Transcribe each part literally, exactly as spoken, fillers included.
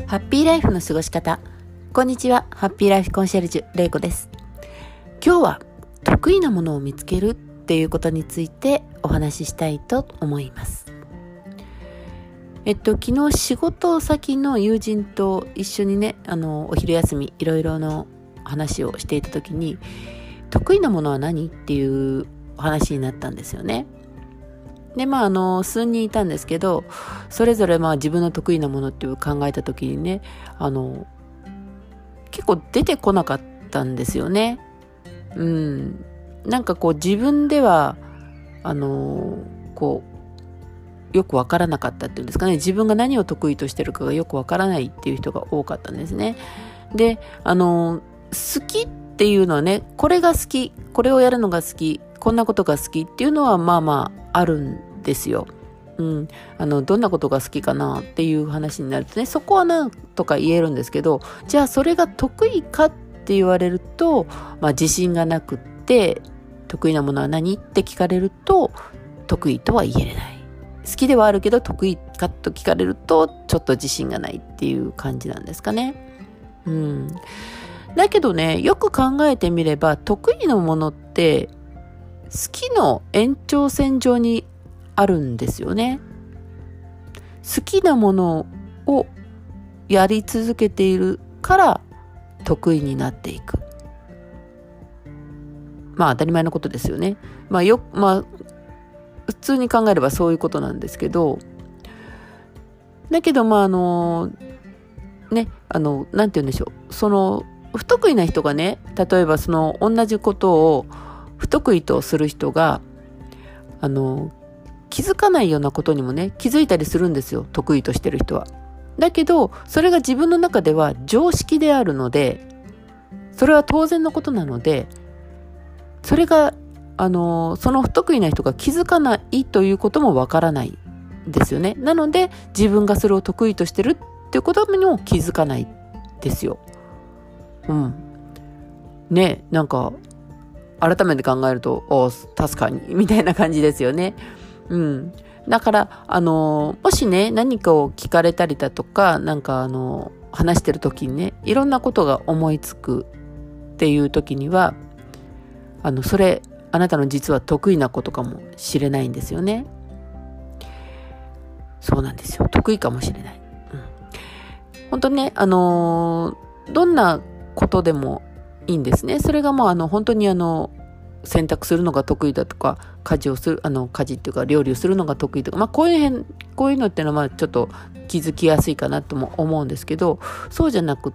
ハッピーライフの過ごし方。こんにちは、ハッピーライフコンシェルジュれいこです。今日は得意なものを見つけるっていうことについてお話ししたいと思います。えっと昨日仕事先の友人と一緒にね、あのお昼休みいろいろの話をしていた時に、得意なものは何っていうお話になったんですよね。でまああの数人いたんですけど、それぞれまあ自分の得意なものっていう考えた時にね、あの結構出てこなかったんですよね。うんなんかこう自分ではあのこうよくわからなかったっていうんですかね、自分が何を得意としてるかがよくわからないっていう人が多かったんですね。であの好きっていうのはね、これが好き、これをやるのが好き、こんなことが好きっていうのはまあまああるんですよ。うん、あのどんなことが好きかなっていう話になるとね、そこはなんとか言えるんですけど、じゃあそれが得意かって言われると、まあ、自信がなくって、得意なものは何って聞かれると得意とは言えれない。好きではあるけど得意かと聞かれるとちょっと自信がないっていう感じなんですかね。うん、だけどね、よく考えてみれば得意なものって好きの延長線上にあるんですよね。好きなものをやり続けているから得意になっていく。まあ当たり前のことですよね。まあよ、まあ普通に考えればそういうことなんですけど、だけどまああのね、あのなんて言うんでしょう、その不得意な人がね、例えばその同じことを不得意とする人があの気づかないようなことにもね、気づいたりするんですよ、得意としてる人は。だけどそれが自分の中では常識であるので、それは当然のことなので、それがあのその不得意な人が気づかないということもわからないんですよね。なので自分がそれを得意としてるっていうことにも気づかないですよ。うんね、なんか改めて考えると、お確かにみたいな感じですよね。うん。だからあのもしね、何かを聞かれたりだとか、なんかあの話してる時にね、いろんなことが思いつくっていう時には、あのそれあなたの実は得意なことかもしれないんですよね。そうなんですよ、得意かもしれない。うん、本当ね、あのどんなことでもいいんですね。それがもうあの本当にあの洗濯するのが得意だとか、家事をするあの家事っていうか料理をするのが得意とか、まあこういう辺こういうのっていうのはまあちょっと気づきやすいかなとも思うんですけど、そうじゃなくって、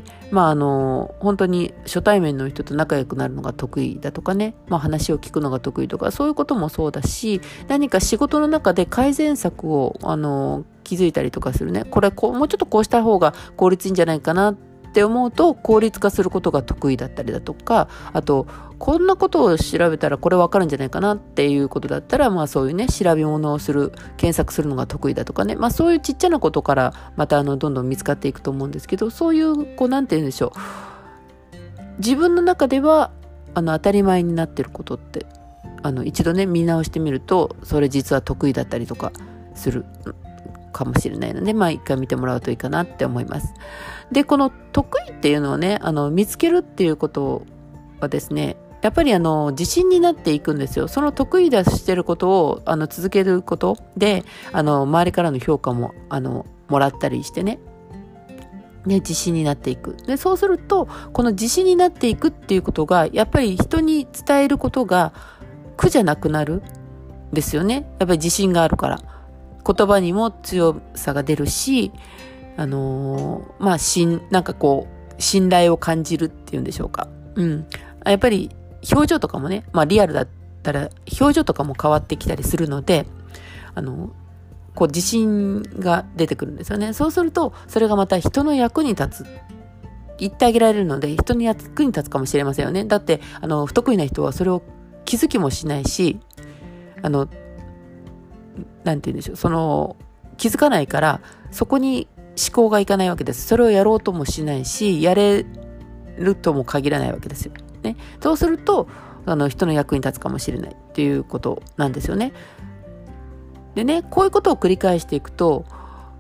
まああの本当に初対面の人と仲良くなるのが得意だとかね、まあ話を聞くのが得意とか、そういうこともそうだし、何か仕事の中で改善策をあの気づいたりとかするね、これこうもうちょっとこうした方が効率いいんじゃないかなって思うと効率化することが得意だったりだとか、あとこんなことを調べたらこれ分かるんじゃないかなっていうことだったら、まあそういうね、調べ物をする、検索するのが得意だとかね、まあそういうちっちゃなことからまたあのどんどん見つかっていくと思うんですけど、そういうこうなんて言うんでしょう、自分の中ではあの当たり前になってることって、あの一度ね見直してみると、それ実は得意だったりとかするかもしれないので、まあ一回見てもらうといいかなって思います。でこの得意っていうのをね、あの見つけるっていうことはですね、やっぱりあの自信になっていくんですよ。その得意だしてることをあの続けることで、あの周りからの評価もあのもらったりしてね、で自信になっていく。でそうするとこの自信になっていくっていうことが、やっぱり人に伝えることが苦じゃなくなるんですよね。やっぱり自信があるから、言葉にも強さが出るし、あのー、まあしんなんかこう信頼を感じるっていうんでしょうか。うん、やっぱり表情とかもね、まあリアルだったら表情とかも変わってきたりするので、あのこう自信が出てくるんですよね。そうするとそれがまた人の役に立つ、言ってあげられるので人に役に立つかもしれませんよね。だってあの不得意な人はそれを気づきもしないし、あのなんて言うんでしょう、その気づかないからそこに思考がいかないわけです。それをやろうともしないし、やれるとも限らないわけですよね。そうするとあの人の役に立つかもしれないっていうことなんですよね。でね、こういうことを繰り返していくと、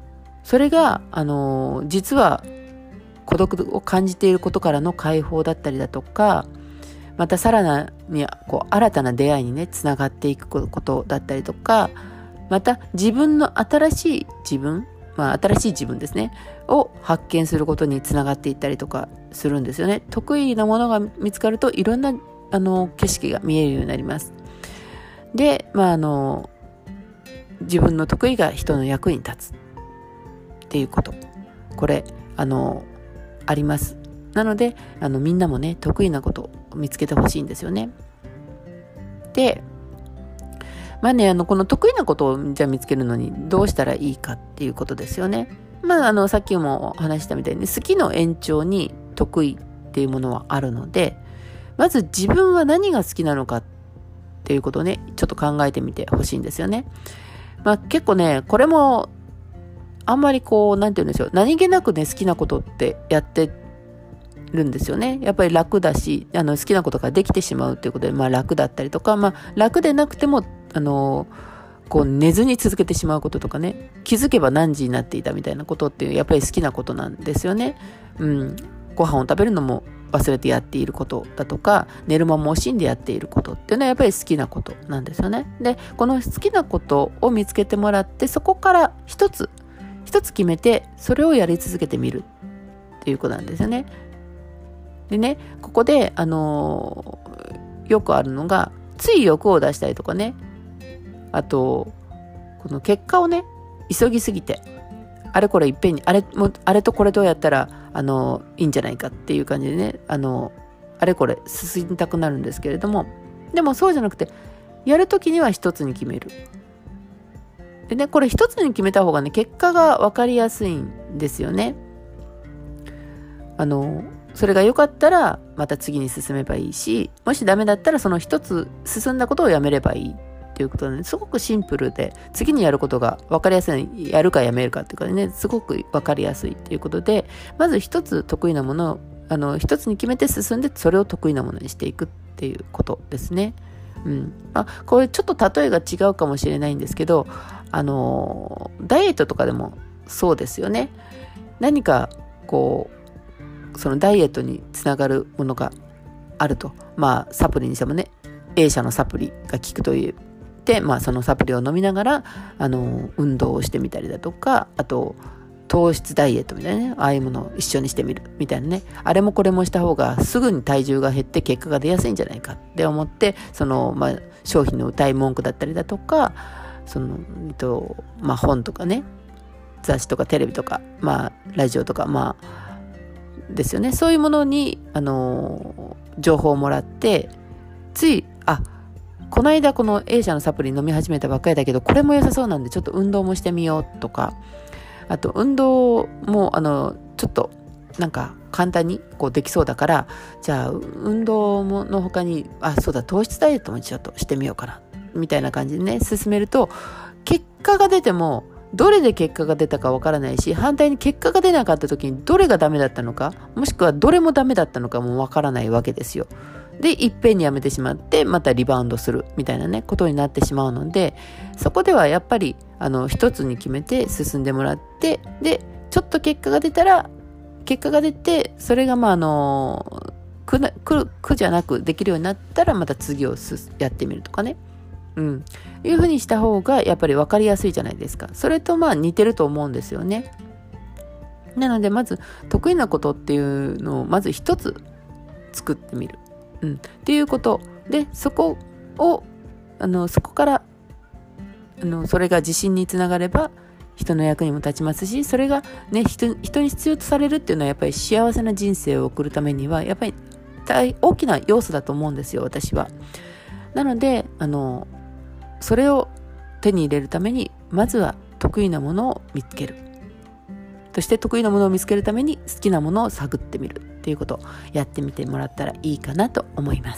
それが、あの、実は孤独を感じていることからの解放だったりだとか、またさらにこう新たな出会いにね、つながっていくことだったりとか、また自分の新しい自分、まあ新しい自分ですね、を発見することにつながっていったりとかするんですよね。得意なものが見つかると、いろんなあの景色が見えるようになります。で、まああの、自分の得意が人の役に立つっていうこと。これ、あの、あります。なので、あの、みんなもね、得意なことを見つけてほしいんですよね。で、まあね、あの、この得意なことをじゃあ見つけるのにどうしたらいいかっていうことですよね。まあ、あの、さっきも話したみたいに、好きの延長に得意っていうものはあるので、まず自分は何が好きなのかっていうことをね、ちょっと考えてみてほしいんですよね。まあ結構ね、これも、あんまりこう、なんて言うんでしょう、何気なくね、好きなことってやってるんですよね。やっぱり楽だし、あの、好きなことができてしまうということで、まあ楽だったりとか、まあ楽でなくても、あの、こう寝ずに続けてしまうこととかね、気づけば何時になっていたみたいなことっていう、やっぱり好きなことなんですよね。うん。ご飯を食べるのも忘れてやっていることだとか、寝る間も惜しんでやっていることっていうのはやっぱり好きなことなんですよね。で、この好きなことを見つけてもらって、そこから一つ、一つ決めて、それをやり続けてみるっていうことなんですよね。でね、ここで、あのー、よくあるのが、つい欲を出したりとかね、あと、この結果をね、急ぎすぎて、あれこれいっぺんに、あれも、あれとこれとやったら、あの、いいんじゃないかっていう感じでね、あの、あれこれ進みたくなるんですけれども、でもそうじゃなくて、やるときには一つに決める。でね、これ一つに決めた方がね、結果が分かりやすいんですよね。あの、それが良かったら、また次に進めばいいし、もしダメだったら、その一つ進んだことをやめればいい。ということで、すごくシンプルで、次にやることが分かりやすい、やるかやめるかっていうかね、すごく分かりやすいということで、まず一つ得意なものを、あの、一つに決めて進んで、それを得意なものにしていくっていうことですね。うん。まあ、これちょっと例えが違うかもしれないんですけど、あの、ダイエットとかでもそうですよね。何か、こう、そのダイエットにつながるものがあると。まあ、サプリにしてもね、A 社のサプリが効くという、で、まあ、そのサプリを飲みながら、あの、運動をしてみたりだとか、あと、糖質ダイエットみたいなね、ああいうものを一緒にしてみるみたいなね、あれもこれもした方がすぐに体重が減って結果が出やすいんじゃないかって思って、その、まあ、商品の歌い文句だったりだとか、その、えっと、まあ、本とかね、雑誌とかテレビとか、まあ、ラジオとか、まあ、ですよね。そういうものに、あの、情報をもらって、つい、あ、この間この A 社のサプリ飲み始めたばっかりだけど、これも良さそうなんでちょっと運動もしてみようとか、あと運動もあのちょっとなんか簡単にこうできそうだから、じゃあ運動もの他に、あ、そうだ、糖質ダイエットもちょっとしてみようかなみたいな感じでね、進めると結果が出てもどれで結果が出たかわからないし、反対に結果が出なかった時にどれがダメだったのか、もしくはどれもダメだったのかもわからないわけですよ。で、いっぺんにやめてしまって、またリバウンドするみたいなね、ことになってしまうので、そこではやっぱり、あの、一つに決めて進んでもらって、で、ちょっと結果が出たら、結果が出て、それがまあ、あの、苦な、苦、苦じゃなくできるようになったら、また次をすやってみるとかね。うん。いうふうにした方が、やっぱり分かりやすいじゃないですか。それとまあ似てると思うんですよね。なので、まず、得意なことっていうのを、まず一つ作ってみる。うん、っていうことで、そこをあのそこからあのそれが自信につながれば人の役にも立ちますし、それがね 人, 人に必要とされるっていうのはやっぱり幸せな人生を送るためにはやっぱり大大きな要素だと思うんですよ、私は。なのであのそれを手に入れるためにまずは得意なものを見つける。そして得意なものを見つけるために好きなものを探ってみるっていうことをやってみてもらったらいいかなと思います。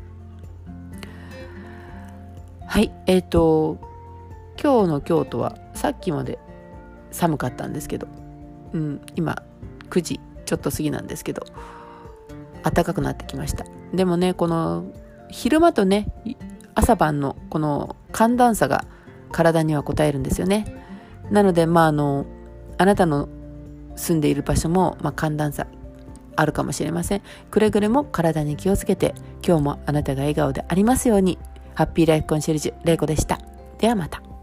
はい、えーと今日の京都はさっきまで寒かったんですけど、うん、今くじちょっと過ぎなんですけど暖かくなってきました。でもね、この昼間とね朝晩のこの寒暖差が体には応えるんですよね。なのでまああのあなたの住んでいる場所も、まあ、寒暖差あるかもしれません。くれぐれも体に気をつけて、今日もあなたが笑顔でありますように。ハッピーライフコンシェルジュ、れいこでした。ではまた。